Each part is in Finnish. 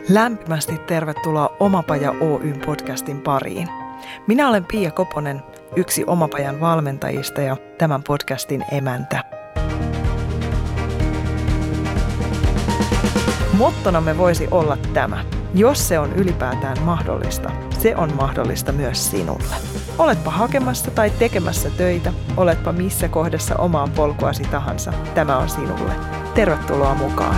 Lämpimästi tervetuloa Omapaja Oyn podcastin pariin. Minä olen Pia Koponen, yksi Omapajan valmentajista ja tämän podcastin emäntä. Mottonamme voisi olla tämä. Jos se on ylipäätään mahdollista, se on mahdollista myös sinulle. Oletpa hakemassa tai tekemässä töitä, oletpa missä kohdassa omaa polkuasi tahansa, tämä on sinulle. Tervetuloa mukaan.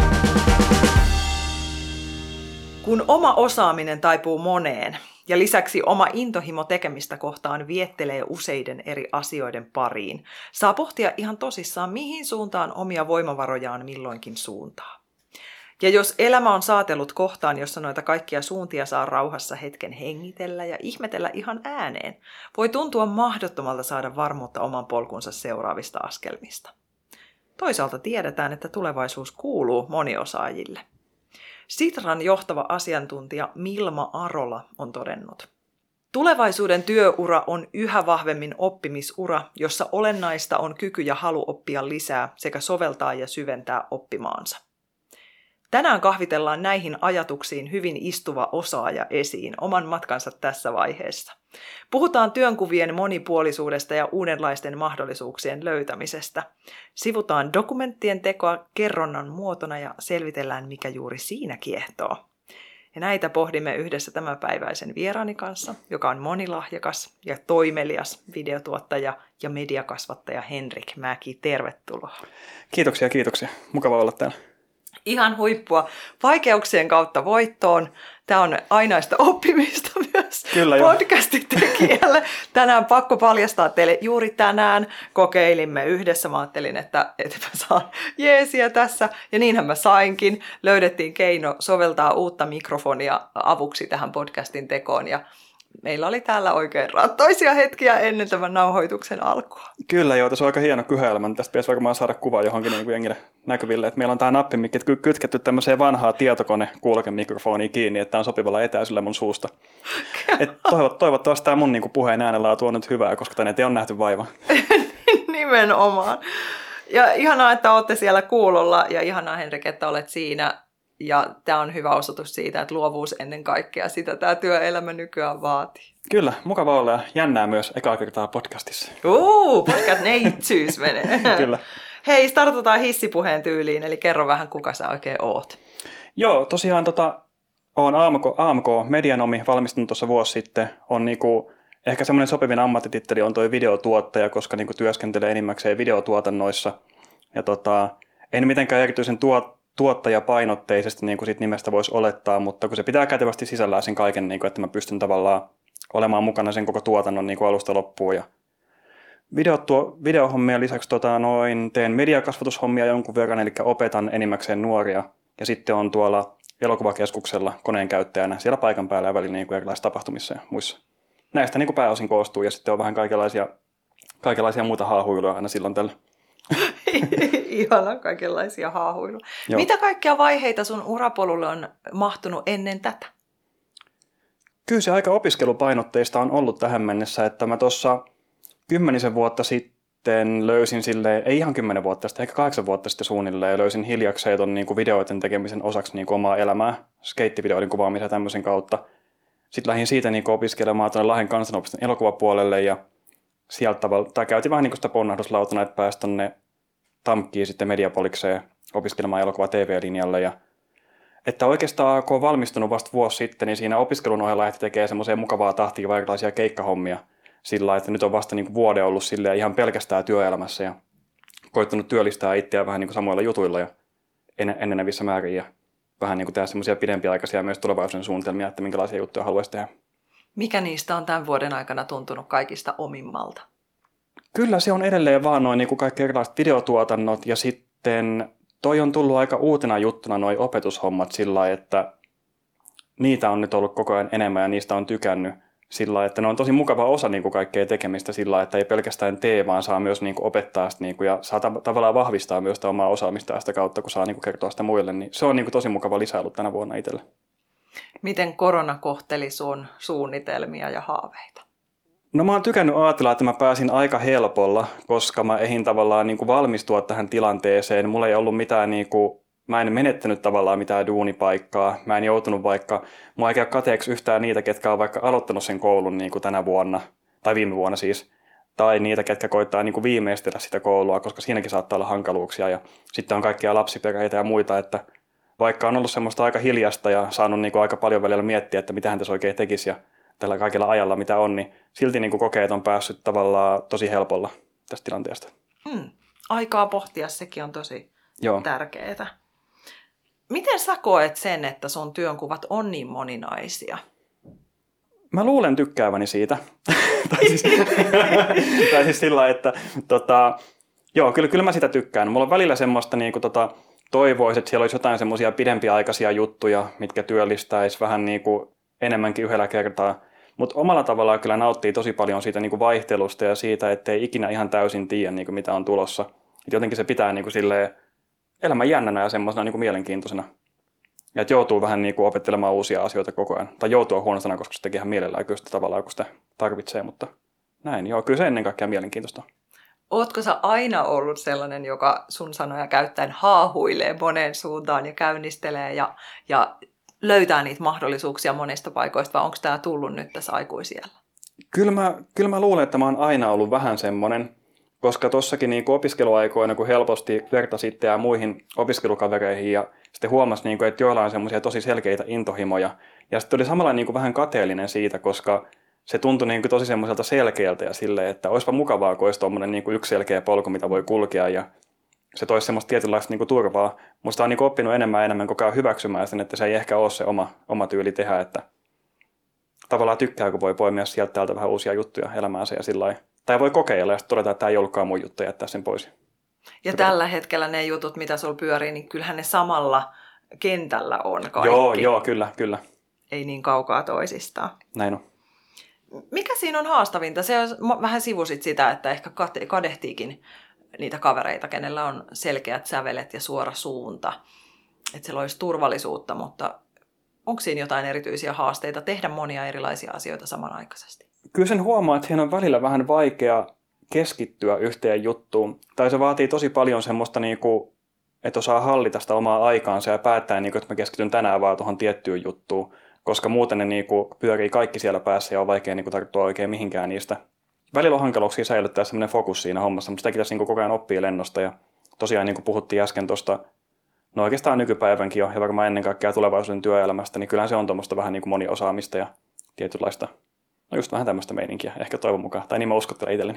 Kun oma osaaminen taipuu moneen ja lisäksi oma intohimo tekemistä kohtaan viettelee useiden eri asioiden pariin, saa pohtia ihan tosissaan, mihin suuntaan omia voimavarojaan milloinkin suuntaa. Ja jos elämä on saatellut kohtaan, jossa noita kaikkia suuntia saa rauhassa hetken hengitellä ja ihmetellä ihan ääneen, voi tuntua mahdottomalta saada varmuutta oman polkunsa seuraavista askelmista. Toisaalta tiedetään, että tulevaisuus kuuluu moniosaajille. Sitran johtava asiantuntija Milma Arola on todennut: tulevaisuuden työura on yhä vahvemmin oppimisura, jossa olennaista on kyky ja halu oppia lisää sekä soveltaa ja syventää oppimaansa. Tänään kahvitellaan näihin ajatuksiin hyvin istuva osaaja esiin oman matkansa tässä vaiheessa. Puhutaan työnkuvien monipuolisuudesta ja uudenlaisten mahdollisuuksien löytämisestä. Sivutaan dokumenttien tekoa kerronnan muotona ja selvitellään, mikä juuri siinä kiehtoo. Ja näitä pohdimme yhdessä tämänpäiväisen vieraani kanssa, joka on monilahjakas ja toimelias videotuottaja ja mediakasvattaja Henrik Mäki. Tervetuloa. Kiitoksia. Mukava olla täällä. Ihan huippua. Vaikeuksien kautta voittoon. Tämä on ainaista oppimista myös podcastin tekijälle. Tänään pakko paljastaa teille. Juuri tänään kokeilimme yhdessä. Mä ajattelin, että mä saan jeesiä tässä. Ja niinhän mä sainkin. Löydettiin keino soveltaa uutta mikrofonia avuksi tähän podcastin tekoon. Ja meillä oli täällä oikein rattoisia hetkiä ennen tämän nauhoituksen alkua. Kyllä joo, tässä on aika hieno kyhäelmä. Tästä pitäisi varmaan saada kuva johonkin niin kuin jengille näkyville. Että meillä on tämä nappimikki kytketty tämmöiseen vanhaa tietokone-kuulokemikrofoniin kiinni, että tämä on sopivalla etäisyydellä mun suusta. Toivottavasti tämä mun niin kuin puheen äänenlaatu on nyt hyvää, koska tänne ei ole nähty vaivaa. Nimenomaan. Ja ihanaa, että olette siellä kuulolla ja ihanaa Henrik, että olet siinä. Ja tämä on hyvä osoitus siitä, että luovuus ennen kaikkea sitä tämä työelämä nykyään vaatii. Kyllä, mukava olla ja jännää myös ekaa kertaa podcastissa. Podcast-neitsyys menee. Kyllä. Hei, startataan hissipuheen tyyliin, eli kerro vähän, kuka sä oikein oot. Joo, tosiaan olen AMK Medianomi, valmistunut tuossa vuosi sitten. On niinku, ehkä semmoinen sopivin ammattititteli on toi videotuottaja, koska niinku työskentelee enimmäkseen videotuotannoissa. Ja en mitenkään erityisen tuottajapainotteisesti, niin kuin siitä nimestä voisi olettaa, mutta kun se pitää kätevästi sisällään sen kaiken, niin kuin, että mä pystyn tavallaan olemaan mukana sen koko tuotannon niin kuin alusta loppuun. Ja videohommien lisäksi teen mediakasvatushommia jonkun verran, eli opetan enimmäkseen nuoria. Ja sitten on tuolla elokuvakeskuksella koneen käyttäjänä siellä paikan päällä ja välillä niin kuin erilaisissa tapahtumissa ja muissa. Näistä niin kuin pääosin koostuu ja sitten on vähän kaikenlaisia muuta haahuiluja aina silloin tällä. Ihana, kaikenlaisia haahuiluja. Joo. Mitä kaikkia vaiheita sun urapolulle on mahtunut ennen tätä? Kyllä se aika opiskelupainotteista on ollut tähän mennessä, että mä tuossa 10 vuotta sitten löysin ei ihan 10 vuotta sitten, ehkä 8 vuotta sitten suunnilleen, löysin hiljakseen ton niin kuin videoiden tekemisen osaksi niin kuin omaa elämää, skeittivideoiden kuvaamisen ja tämmöisen kautta. Sitten lähdin siitä niin kuin opiskelemaan tuonne Lahden kansanopiston elokuvapuolelle ja sieltä käytiin vähän niin kuin sitä ponnahduslautana, että pääsi tuonne Tamkkiin sitten Mediapolikseen opiskelemaan elokuva TV-linjalle. Ja että oikeastaan kun on valmistunut vasta vuosi sitten, niin siinä opiskelun ohella lähti tekemään semmoisia mukavaa tahtia ja erilaisia keikkahommia sillä lailla, että nyt on vasta niin kuin vuoden ollut silleen ihan pelkästään työelämässä ja koittanut työllistää itseään vähän niin kuin samoilla jutuilla ja enenevissä määrin ja vähän niin kuin tehdä semmoisia pidempiaikaisia myös tulevaisuuden suunnitelmia, että minkälaisia juttuja haluaisi tehdä. Mikä niistä on tämän vuoden aikana tuntunut kaikista omimmalta? Kyllä se on edelleen vaan noin niin kuin kaikki erilaiset videotuotannot ja sitten toi on tullut aika uutena juttuna noi opetushommat sillä lailla, että niitä on nyt ollut koko ajan enemmän ja niistä on tykännyt sillä lailla, että ne on tosi mukava osa niin kuin kaikkea tekemistä sillä lailla, että ei pelkästään tee, vaan saa myös niin kuin opettaa sitä niin kuin, ja saa tavallaan vahvistaa myös sitä omaa osaamista sitä kautta, kun saa niin kuin kertoa sitä muille, niin se on niin kuin tosi mukava lisä ollut tänä vuonna itselle. Miten korona kohteli sun suunnitelmia ja haaveita? No mä oon tykännyt ajatella, että mä pääsin aika helpolla, koska mä ehdin tavallaan niin kuin valmistua tähän tilanteeseen. Mulla ei ollut mitään niin kuin mä en menettänyt tavallaan mitään duunipaikkaa. Mä en joutunut vaikka, mua ei käy kateeksi yhtään niitä, ketkä on vaikka aloittanut sen koulun niin kuin tänä vuonna, tai viime vuonna siis, tai niitä, ketkä koittaa niin kuin viimeistellä sitä koulua, koska siinäkin saattaa olla hankaluuksia. Ja sitten on kaikkia lapsiperheitä ja muita, että vaikka on ollut semmoista aika hiljasta ja saanut niin kuin aika paljon välillä miettiä, että mitä hän tässä oikein tekisi ja tällä kaikella ajalla, mitä on, niin silti niin kuin kokeet on päässyt tavallaan tosi helpolla tästä tilanteesta. Aikaa pohtia, sekin on tosi Joo. tärkeää. Miten sä koet sen, että sun työnkuvat on niin moninaisia? Mä luulen tykkääväni siitä. tai siis sillä, että joo, kyllä mä sitä tykkään. Mulla on välillä semmoista niin kuin, toivoisi, että siellä olisi jotain semmoisia pidempiaikaisia juttuja, mitkä työllistäisi vähän niin kuin enemmänkin yhdellä kertaa. Mutta omalla tavallaan kyllä nauttii tosi paljon siitä niin kuin vaihtelusta ja siitä, ettei ikinä ihan täysin tiedä, niin kuin mitä on tulossa. Et jotenkin se pitää niin kuin silleen elämän jännänä ja semmoisena niin kuin mielenkiintoisena. Ja että joutuu vähän niin kuin opettelemaan uusia asioita koko ajan. Tai joutuu huono sana, koska se tekee ihan mielellään kyllä sitä tavallaan, kun sitä tarvitsee. Mutta näin, joo, kyllä se ennen kaikkea mielenkiintoista. Ootko sä aina ollut sellainen, joka sun sanoja käyttäen haahuilee moneen suuntaan ja käynnistelee ja löytää niitä mahdollisuuksia monista paikoista, vai onko tämä tullut nyt tässä aikuisiällä? Kyllä mä luulen, että mä oon aina ollut vähän semmoinen, koska tossakin niin kuin opiskeluaikoina, kun helposti vertasi itseään muihin opiskelukavereihin ja sitten huomasi, niin kuin, että joilla on semmoisia tosi selkeitä intohimoja. Ja sitten oli samalla niin kuin vähän kateellinen siitä, koska se tuntui niin kuin tosi semmoiselta selkeältä ja silleen, että olisipa mukavaa, kun olisi tuommoinen niin kuin yksi selkeä polku, mitä voi kulkea ja se toisi semmoista tietynlaista niin kuin turvaa. Musta on niin kuin oppinut enemmän koko ajan hyväksymään sen, että se ei ehkä ole se oma tyyli tehdä, että tavallaan tykkää, kun voi poimia sieltä täältä vähän uusia juttuja elämäänsä ja sillä lailla. Tai voi kokeilla ja sitten todeta, että tämä ei ollutkaan mun juttu ja jättää sen pois. Ja tällä hetkellä ne jutut, mitä sulla pyörii, niin kyllähän ne samalla kentällä on kaikki. Joo, kyllä. Ei niin kaukaa toisistaan. Näin on. Mikä siinä on haastavinta? Se on, vähän sivusit sitä, että ehkä kadehtiikin niitä kavereita, kenellä on selkeät sävelet ja suora suunta. Että se loisi turvallisuutta, mutta onko siinä jotain erityisiä haasteita tehdä monia erilaisia asioita samanaikaisesti? Kyllä sen huomaa, että siinä on välillä vähän vaikea keskittyä yhteen juttuun. Tai se vaatii tosi paljon semmoista, että osaa hallita sitä omaa aikaansa ja päättää, että mä keskityn tänään vaan tuohon tiettyyn juttuun. Koska muuten ne pyörii kaikki siellä päässä ja on vaikea tarttua oikein mihinkään niistä. Välillä on hankaluuksia säilyttää semmoinen fokus siinä hommassa, mutta sitä pitäisi koko ajan oppia lennosta. Ja tosiaan niin kuin puhuttiin äsken tuosta, no oikeastaan nykypäivänkin jo, ja varmaan ennen kaikkea tulevaisuuden työelämästä, niin kyllähän se on tuommoista vähän niin kuin moniosaamista ja tietynlaista, no just vähän tämmöistä meininkiä, ehkä toivon mukaan. Tai niin mä uskottelen itselleni.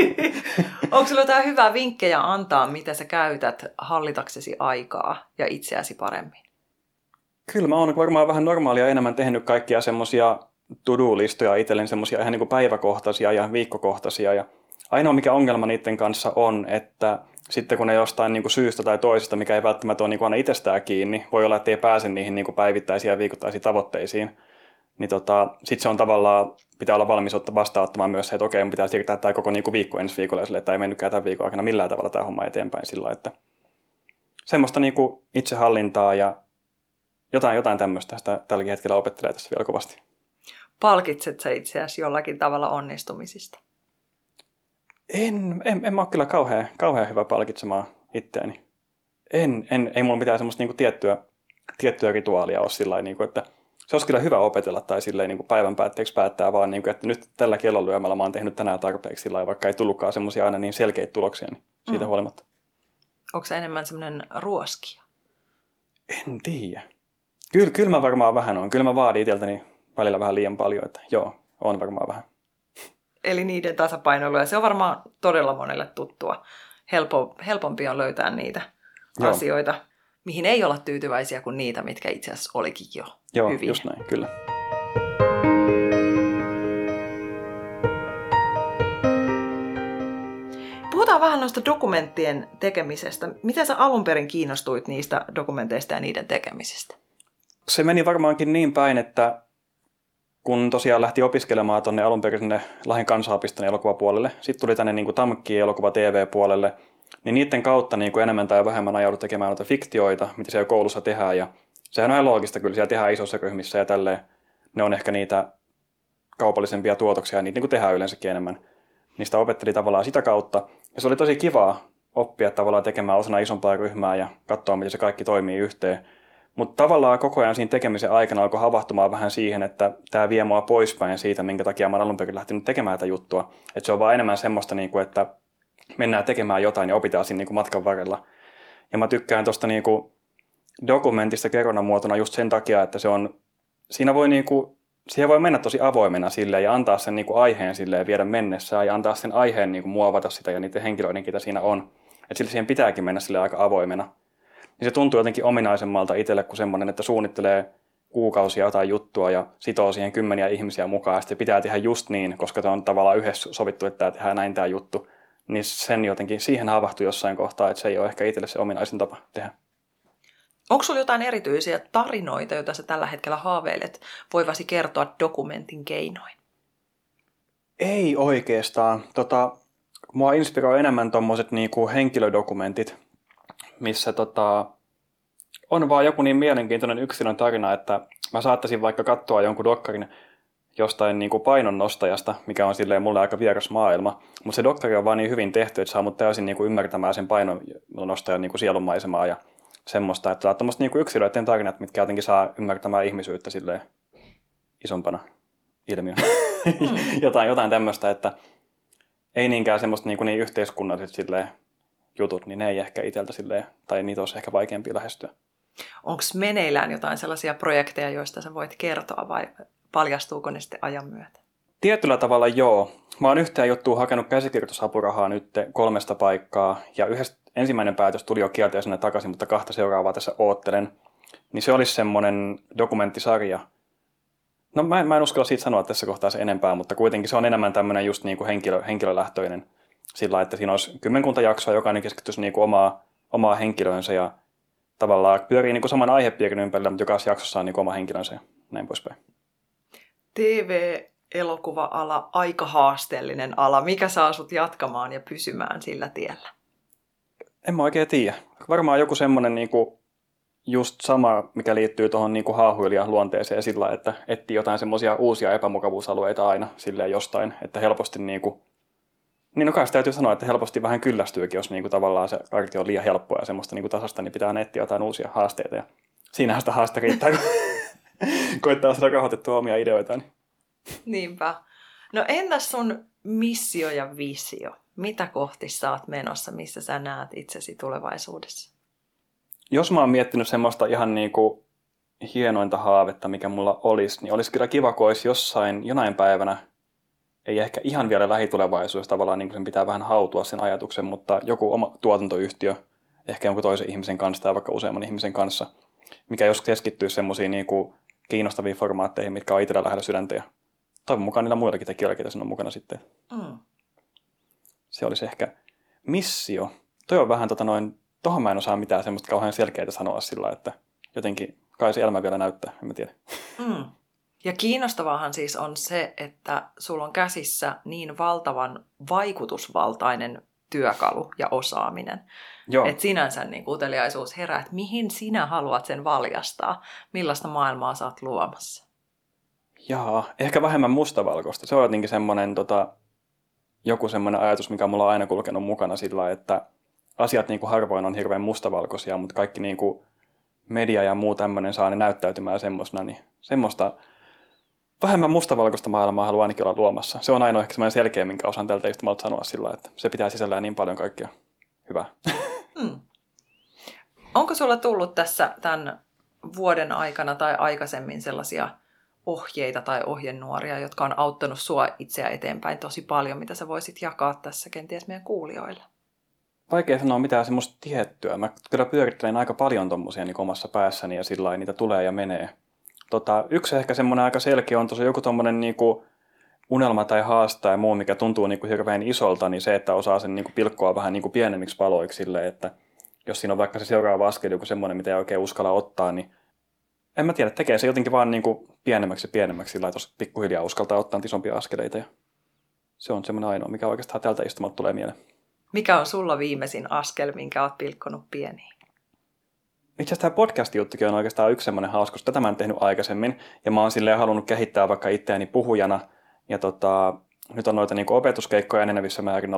Onko sulla jotain hyvää vinkkejä antaa, mitä sä käytät hallitaksesi aikaa ja itseäsi paremmin? Kyllä mä oon varmaan vähän normaalia enemmän tehnyt kaikkia semmoisia to-do-listoja itselleni, semmoisia ihan niin kuin päiväkohtaisia ja viikkokohtaisia. Ja ainoa mikä ongelma niiden kanssa on, että sitten kun ne jostain niin kuin syystä tai toisesta, mikä ei välttämättä ole niin kuin aina itsestään kiinni, voi olla, että ei pääse niihin niin kuin päivittäisiin ja viikoittaisiin tavoitteisiin, niin sitten se on tavallaan, pitää olla valmis vastaanottamaan myös se, että okei, mun pitää siirtää tämä koko niin kuin viikko ensi viikolla, sille, että ei mennytkään tämän viikon aikana millään tavalla tämä homma eteenpäin sillä, että semmoista niin kuin itsehallintaa ja jotain tämmöistä sitä tälläkin hetkellä opettelee tässä vielä kovasti. Palkitset sä itseäsi jollakin tavalla onnistumisista? En mä ole kyllä kauhean hyvä palkitsemaan itseäni. Ei mulla mitään semmoista niinku tiettyä rituaalia ole sillä niinku, että se olisi kyllä hyvä opetella tai silleen niinku päivän päätteeksi päättää vaan, niinku, että nyt tällä kellonlyömällä mä oon tehnyt tänään tarpeeksi sillä vaikka ei tullutkaan semmoisia aina niin selkeitä tuloksia, niin siitä huolimatta. Onko se enemmän semmoinen ruoskija? En tiedä. Kyllä mä varmaan vähän on. Kyllä mä vaadin itseltäni välillä vähän liian paljon, että joo, on varmaan vähän. Eli niiden tasapainoilu, ja se on varmaan todella monelle tuttua. Helpompi on löytää niitä asioita, mihin ei olla tyytyväisiä kuin niitä, mitkä itse asiassa olikin jo hyviä. Joo, just näin, kyllä. Puhutaan vähän noista dokumenttien tekemisestä. Miten sä alun perin kiinnostuit niistä dokumenteista ja niiden tekemisestä? Se meni varmaankin niin päin, että kun tosiaan lähti opiskelemaan tuonne alun perin sinne Lahden kansanopiston elokuvapuolelle, sitten tuli tänne niin Tamkkiin elokuva TV-puolelle, niin niiden kautta niin kuin enemmän tai vähemmän ajaudut tekemään noita fiktioita, mitä siellä koulussa tehdään. Ja sehän on ihan loogista, kyllä siellä tehdään isossa ryhmissä ja tälleen. Ne on ehkä niitä kaupallisempia tuotoksia ja niitä niin kuin tehdään yleensäkin enemmän. Niistä opetteli tavallaan sitä kautta. Ja se oli tosi kivaa oppia tavallaan tekemään osana isompaa ryhmää ja katsoa, miten se kaikki toimii yhteen. Mutta tavallaan koko ajan siinä tekemisen aikana alkoi havahtumaan vähän siihen, että tämä vie mua poispäin siitä, minkä takia mä olen alun perin lähtenyt tekemään tätä juttua. Että se on vaan enemmän semmoista, että mennään tekemään jotain ja opitaan siinä matkan varrella. Ja mä tykkään tuosta dokumentista kerronnan muotona just sen takia, että siinä voi siihen voi mennä tosi avoimena silleen ja antaa sen aiheen silleen viedä mennessään ja antaa sen aiheen muovata sitä ja niiden henkilöiden, mitä siinä on. Että sillä siihen pitääkin mennä silleen aika avoimena. Niin se tuntuu jotenkin ominaisemmalta itselle kuin semmoinen, että suunnittelee kuukausia jotain juttua ja sitoo siihen kymmeniä ihmisiä mukaan ja sitten pitää tehdä just niin, koska se on tavallaan yhdessä sovittu, että tehdään näin tämä juttu. Niin sen jotenkin siihen havahtui jossain kohtaa, että se ei ole ehkä itselle se ominaisin tapa tehdä. Onko sulla jotain erityisiä tarinoita, joita sä tällä hetkellä haaveilet, voivasi kertoa dokumentin keinoin? Ei oikeastaan. Mua inspiroi enemmän tommoset henkilödokumentit, missä on vaan joku niin mielenkiintoinen yksilön tarina, että mä saattaisin vaikka katsoa jonkun dokkarin jostain painonnostajasta, mikä on silleen mulle aika vieras maailma, mutta se dokkari on vaan niin hyvin tehty, että saa mut täysin ymmärtämään sen painonnostajan sielunmaisemaa ja semmoista, että tuommoista yksilöiden tarinat, mitkä jotenkin saa ymmärtämään ihmisyyttä silleen isompana ilmiönä. jotain tämmöistä, että ei niinkään semmoista niin yhteiskunnalliset silleen jutut, niin ne ei ehkä itseltä silleen, tai niitä olisi ehkä vaikeampi lähestyä. Onko meneillään jotain sellaisia projekteja, joista sä voit kertoa vai paljastuuko ne sitten ajan myötä? Tietyllä tavalla joo. Mä oon yhteen juttuun hakenut käsikirjoitusapurahaa nyt 3 paikkaa ja ensimmäinen päätös tuli jo kielteisenä takaisin, mutta 2 seuraavaa tässä oottelen. Niin se olisi semmoinen dokumenttisarja. No mä en uskalla siitä sanoa tässä kohtaa se enempää, mutta kuitenkin se on enemmän tämmöinen just henkilölähtöinen. Sillä että siinä olisi 10 jaksoa, jokainen keskittyisi omaa henkilöönsä ja tavallaan pyörii saman aihepiirin ympärillä, mutta jokaisessa jaksossa on oma henkilönsä ja näin poispäin. TV-elokuva-ala, aika haasteellinen ala. Mikä saa sut jatkamaan ja pysymään sillä tiellä? En mä oikein tiedä. Varmaan joku semmoinen just sama, mikä liittyy tuohon haahuilijan luonteeseen sillä, että etsii jotain semmoisia uusia epämukavuusalueita aina silleen jostain, että helposti niin kai täytyy sanoa, että helposti vähän kyllästyykin, jos tavallaan se kartti on liian helppoa ja semmoista tasasta, niin pitää etsiä jotain uusia haasteita. Ja siinähän sitä haaste riittää, kun koittaa saada rahoitettua omia ideoitaan. Niinpä. No entäs sun missio ja visio? Mitä kohti sä oot menossa, missä sä näet itsesi tulevaisuudessa? Jos mä oon miettinyt semmoista ihan hienointa haavetta, mikä mulla olisi, niin olisi kyllä kiva, kun olisi jonain päivänä, ei ehkä ihan vielä lähitulevaisuudessa tavallaan sen pitää vähän hautua sen ajatuksen, mutta joku oma tuotantoyhtiö, ehkä jonkun toisen ihmisen kanssa tai vaikka useamman ihmisen kanssa, mikä jos keskittyy semmoisiin kiinnostaviin formaatteihin, mitkä on itsellä lähellä sydäntä ja toivon mukaan niillä muillakin tekijöillä, ketä siinä on mukana sitten. Se olisi ehkä missio. Toi on vähän tohon mä en osaa mitään semmoista kauhean selkeää sanoa sillä, että jotenkin kai se elämä vielä näyttää, en mä tiedä. Ja kiinnostavaahan siis on se, että sulla on käsissä niin valtavan vaikutusvaltainen työkalu ja osaaminen. Että sinänsä uteliaisuus herää, että mihin sinä haluat sen valjastaa, millaista maailmaa sä oot luomassa. Jaa, ehkä vähemmän mustavalkoista. Se on jotenkin semmoinen joku semmoinen ajatus, mikä mulla on aina kulkenut mukana sillä, että asiat harvoin on hirveän mustavalkoisia, mutta kaikki media ja muu tämmöinen saa ne näyttäytymään semmoisena, niin semmoista vähemmän mustavalkoista maailmaa haluaa ainakin olla luomassa. Se on ainoa ehkä semmoinen selkeä, minkä osaan tältä istumalta sanoa sillä, että se pitää sisällään niin paljon kaikkea hyvää. Onko sulla tullut tässä tämän vuoden aikana tai aikaisemmin sellaisia ohjeita tai ohjenuoria, jotka on auttanut sua itseä eteenpäin tosi paljon, mitä sä voisit jakaa tässä kenties meidän kuulijoille? Vaikea sanoa mitään semmoista tiettyä. Mä kyllä pyörittelen aika paljon tommosia omassa päässäni ja sillä niitä tulee ja menee. Yksi ehkä semmoinen aika selkeä on tosiaan joku tommonen unelma tai haaste tai muu, mikä tuntuu hirveän isolta, niin se, että osaa sen pilkkoa vähän pienemmiksi paloiksi silleen, että jos siinä on vaikka se seuraava askel, joku semmoinen, mitä ei oikein uskalla ottaa, niin en mä tiedä, tekee se jotenkin vaan pienemmäksi ja pienemmäksi sillä, että jos pikkuhiljaa uskaltaa ottaa isompia askeleita. Ja se on semmoinen ainoa, mikä oikeastaan tältä istumalta tulee mieleen. Mikä on sulla viimeisin askel, minkä oot pilkkonut pieniin? Itse asiassa tämä podcast-juttukin on oikeastaan yksi semmoinen hauska, koska tätä mä en tehnyt aikaisemmin. Ja mä oon silleen halunnut kehittää vaikka itseäni puhujana. Ja nyt on noita opetuskeikkoja enenevissä määrin ollut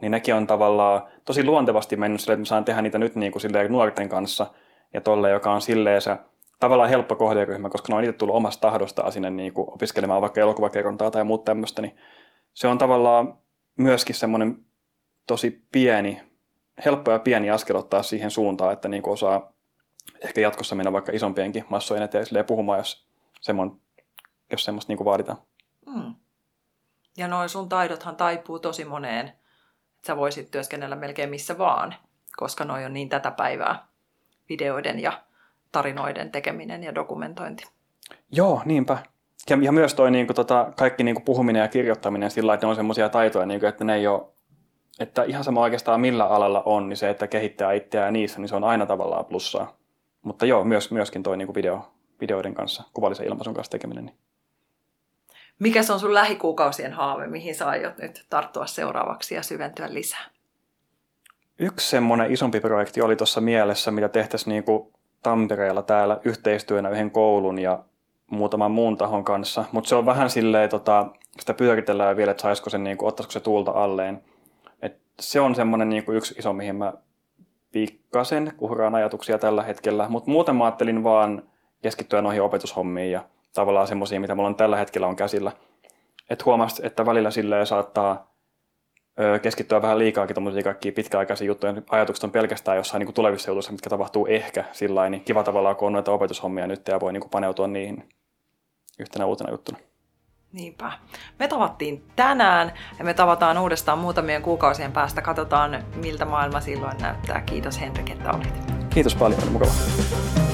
niin nekin on tavallaan tosi luontevasti mennyt silleen, että mä saan tehdä niitä nyt niin kuin silleen nuorten kanssa ja tolle, joka on silleen se tavallaan helppo kohderyhmä, koska ne on itse tullut omasta tahdostaan sinne niin kuin opiskelemaan vaikka elokuvakerrontaa tai muuta tämmöistä, niin se on tavallaan myöskin semmoinen tosi helppo ja pieni askel ottaa siihen suuntaan, että niin kuin osaa ehkä jatkossa mennä vaikka isompienkin massojen eteen puhumaan, jos semmoista niin kuin vaaditaan. Ja noin sun taidothan taipuu tosi moneen. Sä voisit työskennellä melkein missä vaan, koska noi on niin tätä päivää, videoiden ja tarinoiden tekeminen ja dokumentointi. Joo, niinpä. Ja myös toi niin kuin, kaikki niin kuin puhuminen ja kirjoittaminen sillä lailla, että ne on semmoisia taitoja, niin kuin, että ne ei ole, että ihan sama oikeastaan millä alalla on, niin se, että kehittää itseään niissä, niin se on aina tavallaan plussaa. Mutta joo, myöskin toi niin kuin videoiden kanssa, kuvallisen ilmaisun kanssa tekeminen. Niin. Mikä se on sun lähikuukausien haave, mihin sä aiot nyt tarttua seuraavaksi ja syventyä lisää? Yksi semmoinen isompi projekti oli tuossa mielessä, mitä tehtäisiin niin kuin Tampereella täällä yhteistyönä yhden koulun ja muutaman muun tahon kanssa. Mutta se on vähän silleen, sitä pyöritellään vielä, että saisiko sen, niin kuin, ottaisiko se tuulta alleen. Et se on semmoinen niin kuin yksi iso, mihin mä pikkasen uhraan ajatuksia tällä hetkellä. Mutta muuten mä ajattelin vaan keskittyä noihin opetushommiin ja tavallaan semmoisia, mitä mulla on tällä hetkellä on käsillä. Et huomasi, että välillä silleen saattaa keskittyä vähän liikaakin tuommoisia kaikkia pitkäaikaisia juttuja. Ajatukset on pelkästään jossain niin kuin tulevissa jutuissa, mitkä tapahtuu ehkä sillain. Niin kiva tavallaan, kun on noita opetushommia nyt ja voi niin kuin paneutua niihin yhtenä uutena juttuna. Niinpä. Me tavattiin tänään ja me tavataan uudestaan muutamien kuukausien päästä. Katsotaan, miltä maailma silloin näyttää. Kiitos Henrik, että olit. Kiitos paljon, oli mukava.